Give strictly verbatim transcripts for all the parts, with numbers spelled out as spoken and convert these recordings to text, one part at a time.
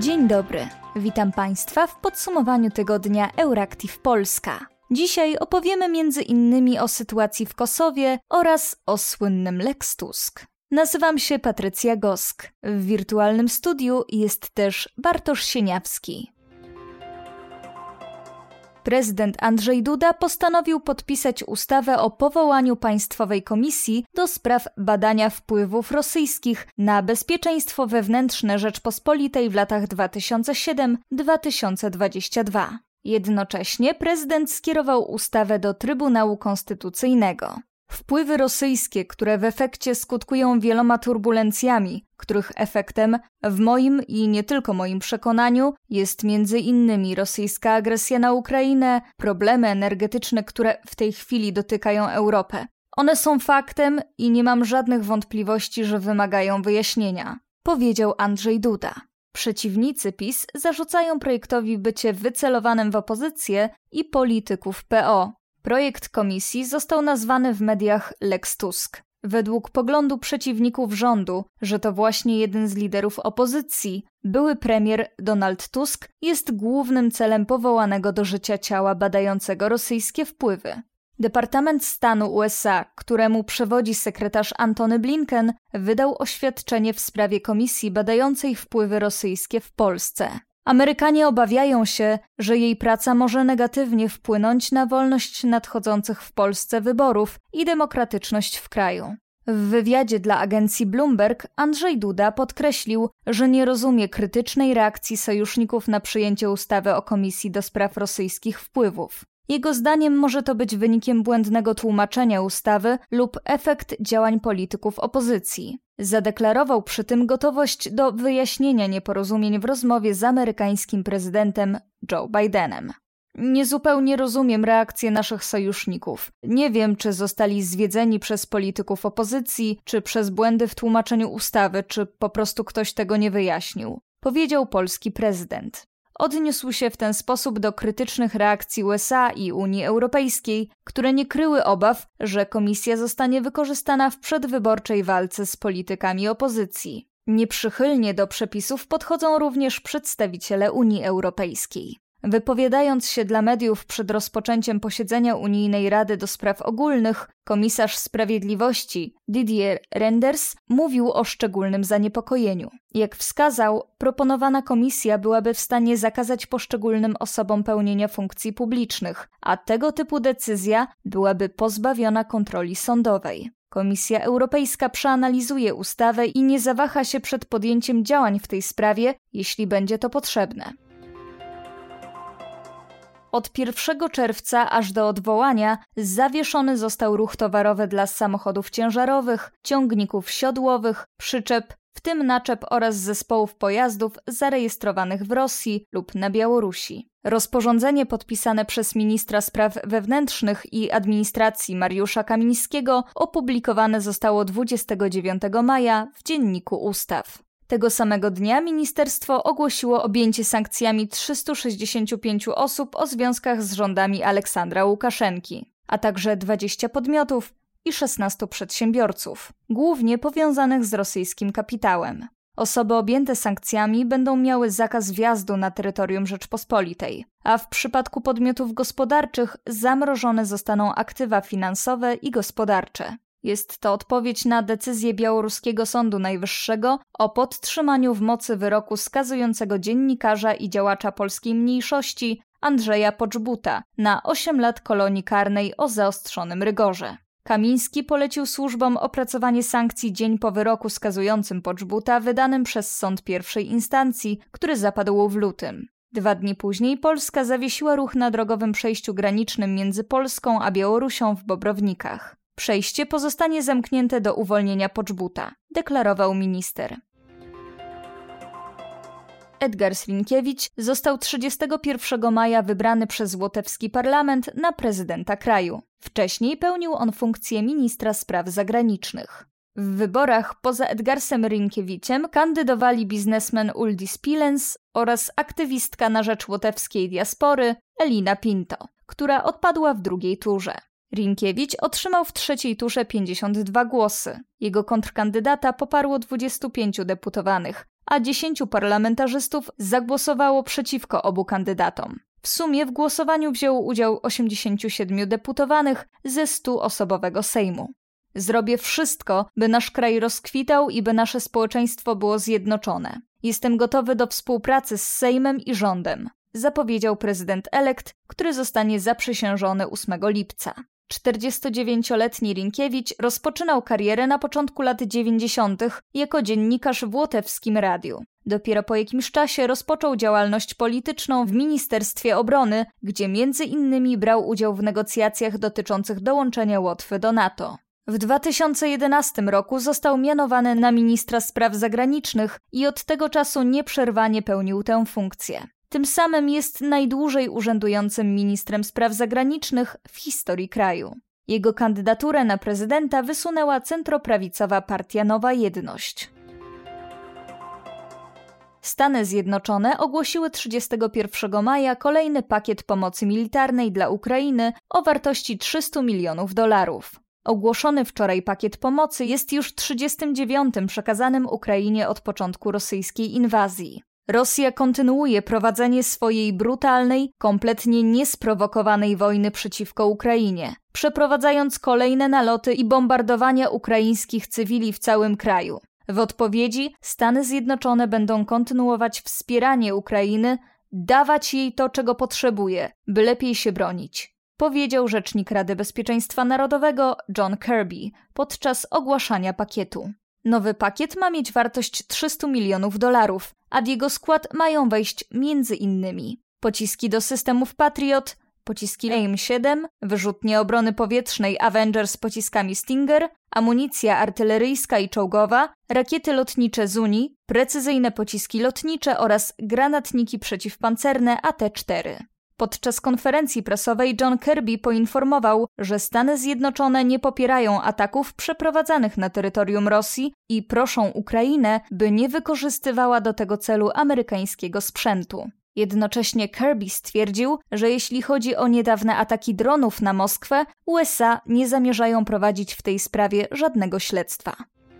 Dzień dobry, witam Państwa w podsumowaniu tygodnia Euractiv Polska. Dzisiaj opowiemy między innymi o sytuacji w Kosowie oraz o słynnym Lex Tusk. Nazywam się Patrycja Gosk. W wirtualnym studiu jest też Bartosz Sieniawski. Prezydent Andrzej Duda postanowił podpisać ustawę o powołaniu Państwowej Komisji do spraw badania wpływów rosyjskich na bezpieczeństwo wewnętrzne Rzeczpospolitej w latach dwa tysiące siódmym do dwa tysiące dwudziestego drugiego. Jednocześnie prezydent skierował ustawę do Trybunału Konstytucyjnego. Wpływy rosyjskie, które w efekcie skutkują wieloma turbulencjami, których efektem, w moim i nie tylko moim przekonaniu, jest między innymi rosyjska agresja na Ukrainę, problemy energetyczne, które w tej chwili dotykają Europę. One są faktem i nie mam żadnych wątpliwości, że wymagają wyjaśnienia, powiedział Andrzej Duda. Przeciwnicy PiS zarzucają projektowi bycie wycelowanym w opozycję i polityków P O. Projekt komisji został nazwany w mediach Lex Tusk. Według poglądu przeciwników rządu, że to właśnie jeden z liderów opozycji, były premier Donald Tusk jest głównym celem powołanego do życia ciała badającego rosyjskie wpływy. Departament Stanu U S A, któremu przewodzi sekretarz Antony Blinken, wydał oświadczenie w sprawie komisji badającej wpływy rosyjskie w Polsce. Amerykanie obawiają się, że jej praca może negatywnie wpłynąć na wolność nadchodzących w Polsce wyborów i demokratyczność w kraju. W wywiadzie dla agencji Bloomberg Andrzej Duda podkreślił, że nie rozumie krytycznej reakcji sojuszników na przyjęcie ustawy o Komisji do spraw rosyjskich wpływów. Jego zdaniem może to być wynikiem błędnego tłumaczenia ustawy lub efekt działań polityków opozycji. Zadeklarował przy tym gotowość do wyjaśnienia nieporozumień w rozmowie z amerykańskim prezydentem Joe Bidenem. Niezupełnie rozumiem reakcję naszych sojuszników. Nie wiem, czy zostali zwiedzeni przez polityków opozycji, czy przez błędy w tłumaczeniu ustawy, czy po prostu ktoś tego nie wyjaśnił, powiedział polski prezydent. Odniósł się w ten sposób do krytycznych reakcji U S A i Unii Europejskiej, które nie kryły obaw, że komisja zostanie wykorzystana w przedwyborczej walce z politykami opozycji. Nieprzychylnie do przepisów podchodzą również przedstawiciele Unii Europejskiej. Wypowiadając się dla mediów przed rozpoczęciem posiedzenia Unijnej Rady do Spraw Ogólnych, komisarz sprawiedliwości Didier Reynders mówił o szczególnym zaniepokojeniu. Jak wskazał, proponowana komisja byłaby w stanie zakazać poszczególnym osobom pełnienia funkcji publicznych, a tego typu decyzja byłaby pozbawiona kontroli sądowej. Komisja Europejska przeanalizuje ustawę i nie zawaha się przed podjęciem działań w tej sprawie, jeśli będzie to potrzebne. Od pierwszego czerwca aż do odwołania zawieszony został ruch towarowy dla samochodów ciężarowych, ciągników siodłowych, przyczep, w tym naczep oraz zespołów pojazdów zarejestrowanych w Rosji lub na Białorusi. Rozporządzenie podpisane przez ministra spraw wewnętrznych i administracji Mariusza Kamińskiego opublikowane zostało dwudziestego dziewiątego maja w Dzienniku Ustaw. Tego samego dnia ministerstwo ogłosiło objęcie sankcjami trzystu sześćdziesięciu pięciu osób o związkach z rządami Aleksandra Łukaszenki, a także dwudziestu podmiotów i szesnastu przedsiębiorców, głównie powiązanych z rosyjskim kapitałem. Osoby objęte sankcjami będą miały zakaz wjazdu na terytorium Rzeczpospolitej, a w przypadku podmiotów gospodarczych zamrożone zostaną aktywa finansowe i gospodarcze. Jest to odpowiedź na decyzję białoruskiego Sądu Najwyższego o podtrzymaniu w mocy wyroku skazującego dziennikarza i działacza polskiej mniejszości Andrzeja Poczbuta na osiem lat kolonii karnej o zaostrzonym rygorze. Kamiński polecił służbom opracowanie sankcji dzień po wyroku skazującym Poczbuta wydanym przez sąd pierwszej instancji, który zapadł w lutym. Dwa dni później Polska zawiesiła ruch na drogowym przejściu granicznym między Polską a Białorusią w Bobrownikach. Przejście pozostanie zamknięte do uwolnienia Poczbuta, deklarował minister. Edgars Rinkiewicz został trzydziestego pierwszego maja wybrany przez łotewski parlament na prezydenta kraju. Wcześniej pełnił on funkcję ministra spraw zagranicznych. W wyborach poza Edgarsem Rinkiewiczem kandydowali biznesmen Uldis Pilens oraz aktywistka na rzecz łotewskiej diaspory Elina Pinto, która odpadła w drugiej turze. Rinkiewicz otrzymał w trzeciej turze pięćdziesiąt dwa głosy. Jego kontrkandydata poparło dwudziestu pięciu deputowanych, a dziesięciu parlamentarzystów zagłosowało przeciwko obu kandydatom. W sumie w głosowaniu wzięło udział osiemdziesięciu siedmiu deputowanych ze stuosobowego Sejmu. Zrobię wszystko, by nasz kraj rozkwitał i by nasze społeczeństwo było zjednoczone. Jestem gotowy do współpracy z Sejmem i rządem, zapowiedział prezydent-elekt, który zostanie zaprzysiężony ósmego lipca. czterdziestodziewięcioletni Rynkiewicz rozpoczynał karierę na początku lat dziewięćdziesiątych jako dziennikarz w Łotewskim Radiu. Dopiero po jakimś czasie rozpoczął działalność polityczną w Ministerstwie Obrony, gdzie między innymi brał udział w negocjacjach dotyczących dołączenia Łotwy do NATO. W dwa tysiące jedenastym roku został mianowany na ministra spraw zagranicznych i od tego czasu nieprzerwanie pełnił tę funkcję. Tym samym jest najdłużej urzędującym ministrem spraw zagranicznych w historii kraju. Jego kandydaturę na prezydenta wysunęła centroprawicowa partia Nowa Jedność. Stany Zjednoczone ogłosiły trzydziestego pierwszego maja kolejny pakiet pomocy militarnej dla Ukrainy o wartości trzysta milionów dolarów. Ogłoszony wczoraj pakiet pomocy jest już trzydziestym dziewiątym przekazanym Ukrainie od początku rosyjskiej inwazji. Rosja kontynuuje prowadzenie swojej brutalnej, kompletnie niesprowokowanej wojny przeciwko Ukrainie, przeprowadzając kolejne naloty i bombardowania ukraińskich cywili w całym kraju. W odpowiedzi Stany Zjednoczone będą kontynuować wspieranie Ukrainy, dawać jej to, czego potrzebuje, by lepiej się bronić, powiedział rzecznik Rady Bezpieczeństwa Narodowego John Kirby podczas ogłaszania pakietu. Nowy pakiet ma mieć wartość trzysta milionów dolarów, a w jego skład mają wejść między innymi pociski do systemów Patriot, pociski A I M siedem, wyrzutnie obrony powietrznej Avenger z pociskami Stinger, amunicja artyleryjska i czołgowa, rakiety lotnicze Zuni, precyzyjne pociski lotnicze oraz granatniki przeciwpancerne A T cztery. Podczas konferencji prasowej John Kirby poinformował, że Stany Zjednoczone nie popierają ataków przeprowadzanych na terytorium Rosji i proszą Ukrainę, by nie wykorzystywała do tego celu amerykańskiego sprzętu. Jednocześnie Kirby stwierdził, że jeśli chodzi o niedawne ataki dronów na Moskwę, U S A nie zamierzają prowadzić w tej sprawie żadnego śledztwa.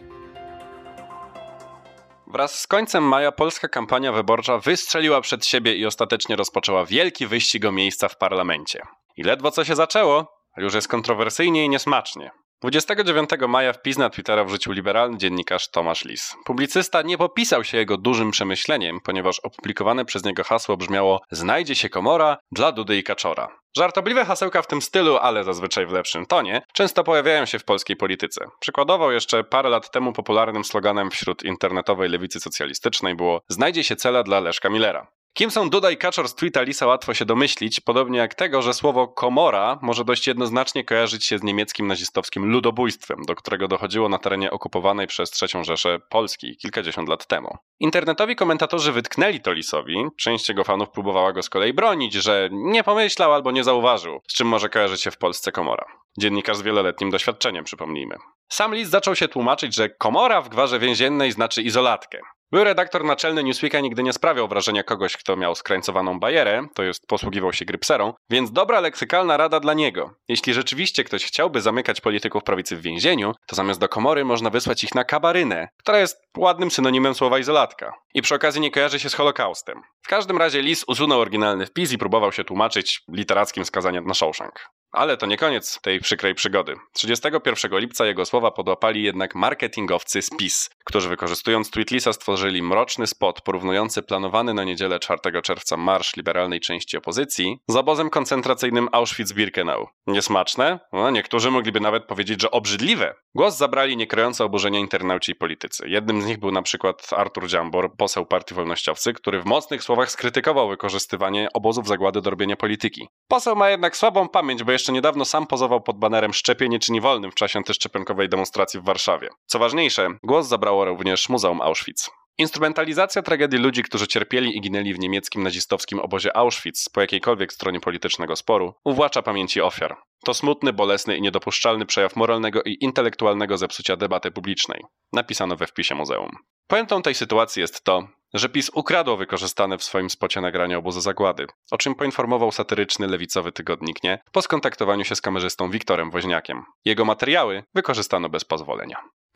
Wraz z końcem maja polska kampania wyborcza wystrzeliła przed siebie i ostatecznie rozpoczęła wielki wyścig o miejsca w parlamencie. I ledwo co się zaczęło, już jest kontrowersyjnie i niesmacznie. dwudziestego dziewiątego maja wpis na Twittera wrzucił liberalny dziennikarz Tomasz Lis. Publicysta nie popisał się jego dużym przemyśleniem, ponieważ opublikowane przez niego hasło brzmiało „Znajdzie się komora dla Dudy i Kaczora”. Żartobliwe hasełka w tym stylu, ale zazwyczaj w lepszym tonie, często pojawiają się w polskiej polityce. Przykładowo jeszcze parę lat temu popularnym sloganem wśród internetowej lewicy socjalistycznej było „Znajdzie się cela dla Leszka Millera”. Kim są Duda i Kaczor z tweeta Lisa łatwo się domyślić, podobnie jak tego, że słowo komora może dość jednoznacznie kojarzyć się z niemieckim nazistowskim ludobójstwem, do którego dochodziło na terenie okupowanej przez trzecią Rzeszę Polski kilkadziesiąt lat temu. Internetowi komentatorzy wytknęli to Lisowi, część jego fanów próbowała go z kolei bronić, że nie pomyślał albo nie zauważył, z czym może kojarzyć się w Polsce komora. Dziennikarz z wieloletnim doświadczeniem, przypomnijmy. Sam Lis zaczął się tłumaczyć, że komora w gwarze więziennej znaczy izolatkę. Był redaktor naczelny Newsweeka nigdy nie sprawiał wrażenia kogoś, kto miał skrańcowaną bajerę, to jest posługiwał się grypserą, więc dobra leksykalna rada dla niego. Jeśli rzeczywiście ktoś chciałby zamykać polityków prawicy w więzieniu, to zamiast do komory można wysłać ich na kabarynę, która jest ładnym synonimem słowa izolatka. I przy okazji nie kojarzy się z Holokaustem. W każdym razie Lis usunął oryginalny wpis i próbował się tłumaczyć literackim skazaniem na Shawshank. Ale to nie koniec tej przykrej przygody. trzydziestego pierwszego lipca jego słowa podłapali jednak marketingowcy z PiS, którzy wykorzystując tweet Lisa stworzyli mroczny spot porównujący planowany na niedzielę czwartego czerwca marsz liberalnej części opozycji z obozem koncentracyjnym Auschwitz-Birkenau. Niesmaczne? No, niektórzy mogliby nawet powiedzieć, że obrzydliwe. Głos zabrali niekryjące oburzenia internauci i politycy. Jednym z nich był na przykład Artur Dziambor, poseł Partii Wolnościowcy, który w mocnych słowach skrytykował wykorzystywanie obozów zagłady do robienia polityki. Poseł ma jednak słabą pamięć, bo jeszcze niedawno sam pozował pod banerem „Szczepienie czyni wolnym” w czasie antyszczepionkowej demonstracji w Warszawie. Co ważniejsze, głos zabrało również Muzeum Auschwitz. Instrumentalizacja tragedii ludzi, którzy cierpieli i ginęli w niemieckim nazistowskim obozie Auschwitz po jakiejkolwiek stronie politycznego sporu, uwłacza pamięci ofiar. To smutny, bolesny i niedopuszczalny przejaw moralnego i intelektualnego zepsucia debaty publicznej. Napisano we wpisie muzeum. Puentą tej sytuacji jest to, że PiS ukradło wykorzystane w swoim spocie nagranie obozu zagłady, o czym poinformował satyryczny lewicowy tygodnik Nie po skontaktowaniu się z kamerzystą Wiktorem Woźniakiem. Jego materiały wykorzystano bez pozwolenia.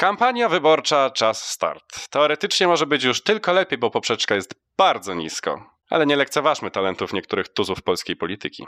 Kampania wyborcza, czas start. Teoretycznie może być już tylko lepiej, bo poprzeczka jest bardzo nisko. Ale nie lekceważmy talentów niektórych tuzów polskiej polityki.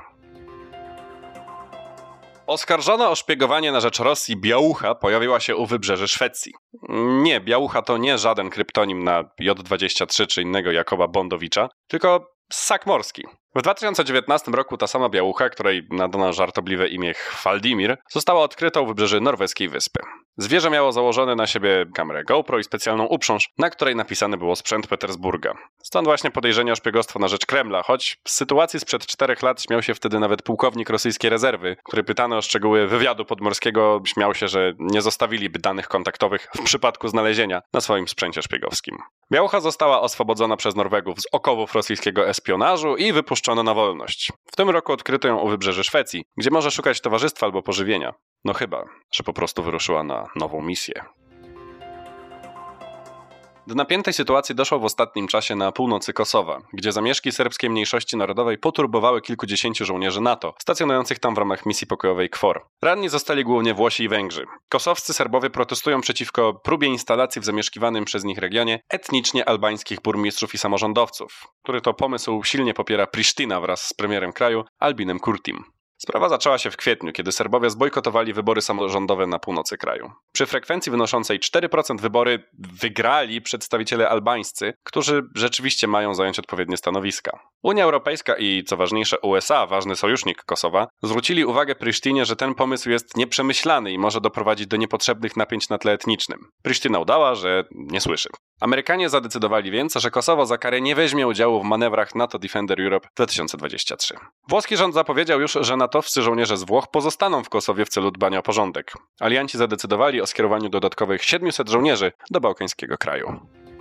Oskarżona o szpiegowanie na rzecz Rosji Białucha pojawiła się u wybrzeży Szwecji. Nie, Białucha to nie żaden kryptonim na J dwadzieścia trzy czy innego Jakoba Bondowicza, tylko ssak morski. W dwa tysiące dziewiętnastym roku ta sama Białucha, której nadano żartobliwe imię Chwaldimir, została odkryta u wybrzeży norweskiej wyspy. Zwierzę miało założone na siebie kamerę GoPro i specjalną uprząż, na której napisany było sprzęt Petersburga. Stąd właśnie podejrzenie o szpiegostwo na rzecz Kremla, choć z sytuacji sprzed czterech lat śmiał się wtedy nawet pułkownik rosyjskiej rezerwy, który pytany o szczegóły wywiadu podmorskiego śmiał się, że nie zostawiliby danych kontaktowych w przypadku znalezienia na swoim sprzęcie szpiegowskim. Białucha została oswobodzona przez Norwegów z okowów rosyjskiego espionażu i wypuszczona na wolność. W tym roku odkryto ją u wybrzeży Szwecji, gdzie może szukać towarzystwa albo pożywienia. No chyba, że po prostu wyruszyła na nową misję. Do napiętej sytuacji doszło w ostatnim czasie na północy Kosowa, gdzie zamieszki serbskiej mniejszości narodowej poturbowały kilkudziesięciu żołnierzy NATO, stacjonujących tam w ramach misji pokojowej KFOR. Ranni zostali głównie Włosi i Węgrzy. Kosowscy Serbowie protestują przeciwko próbie instalacji w zamieszkiwanym przez nich regionie etnicznie albańskich burmistrzów i samorządowców, który to pomysł silnie popiera Prisztina wraz z premierem kraju Albinem Kurtim. Sprawa zaczęła się w kwietniu, kiedy Serbowie zbojkotowali wybory samorządowe na północy kraju. Przy frekwencji wynoszącej cztery procent wybory wygrali przedstawiciele albańscy, którzy rzeczywiście mają zająć odpowiednie stanowiska. Unia Europejska i, co ważniejsze, U S A, ważny sojusznik Kosowa, zwrócili uwagę Prisztinie, że ten pomysł jest nieprzemyślany i może doprowadzić do niepotrzebnych napięć na tle etnicznym. Prisztina udała, że nie słyszy. Amerykanie zadecydowali więc, że Kosowo za karę nie weźmie udziału w manewrach NATO Defender Europe dwa tysiące dwudziesty trzeci. Włoski rząd zapowiedział już, że natowscy żołnierze z Włoch pozostaną w Kosowie w celu dbania o porządek. Alianci zadecydowali o skierowaniu dodatkowych siedmiuset żołnierzy do bałkańskiego kraju.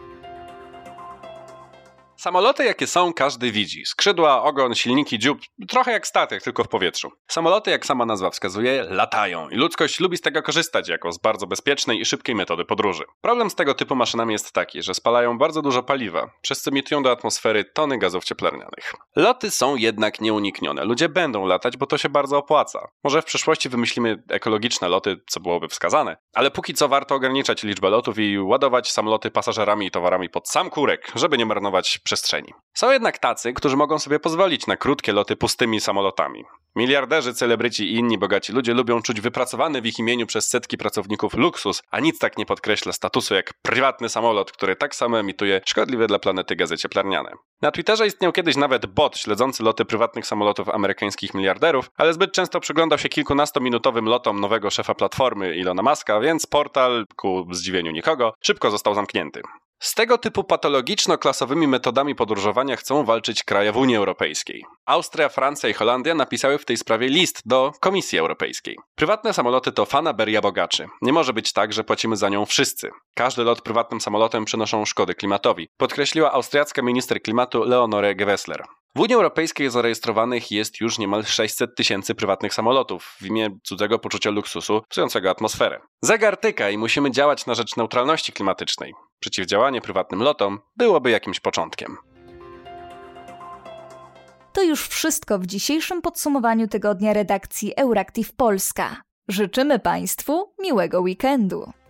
Samoloty jakie są, każdy widzi. Skrzydła, ogon, silniki, dziób, trochę jak statek, tylko w powietrzu. Samoloty, jak sama nazwa wskazuje, latają i ludzkość lubi z tego korzystać jako z bardzo bezpiecznej i szybkiej metody podróży. Problem z tego typu maszynami jest taki, że spalają bardzo dużo paliwa, przez co emitują do atmosfery tony gazów cieplarnianych. Loty są jednak nieuniknione. Ludzie będą latać, bo to się bardzo opłaca. Może w przyszłości wymyślimy ekologiczne loty, co byłoby wskazane, ale póki co warto ograniczać liczbę lotów i ładować samoloty pasażerami i towarami pod sam kurek, żeby nie marnować przestrzeni. Są jednak tacy, którzy mogą sobie pozwolić na krótkie loty pustymi samolotami. Miliarderzy, celebryci i inni bogaci ludzie lubią czuć wypracowany w ich imieniu przez setki pracowników luksus, a nic tak nie podkreśla statusu jak prywatny samolot, który tak samo emituje szkodliwe dla planety gazy cieplarniane. Na Twitterze istniał kiedyś nawet bot śledzący loty prywatnych samolotów amerykańskich miliarderów, ale zbyt często przyglądał się kilkunastominutowym lotom nowego szefa platformy Ilona Muska, więc portal, ku zdziwieniu nikogo, szybko został zamknięty. Z tego typu patologiczno-klasowymi metodami podróżowania chcą walczyć kraje w Unii Europejskiej. Austria, Francja i Holandia napisały w tej sprawie list do Komisji Europejskiej. Prywatne samoloty to fanaberia bogaczy. Nie może być tak, że płacimy za nią wszyscy. Każdy lot prywatnym samolotem przynoszą szkody klimatowi, podkreśliła austriacka minister klimatu Leonore Gewessler. W Unii Europejskiej zarejestrowanych jest już niemal sześćset tysięcy prywatnych samolotów w imię cudzego poczucia luksusu psującego atmosferę. Zegar tyka i musimy działać na rzecz neutralności klimatycznej. Przeciwdziałanie prywatnym lotom byłoby jakimś początkiem. To już wszystko w dzisiejszym podsumowaniu tygodnia redakcji Euractiv Polska. Życzymy Państwu miłego weekendu.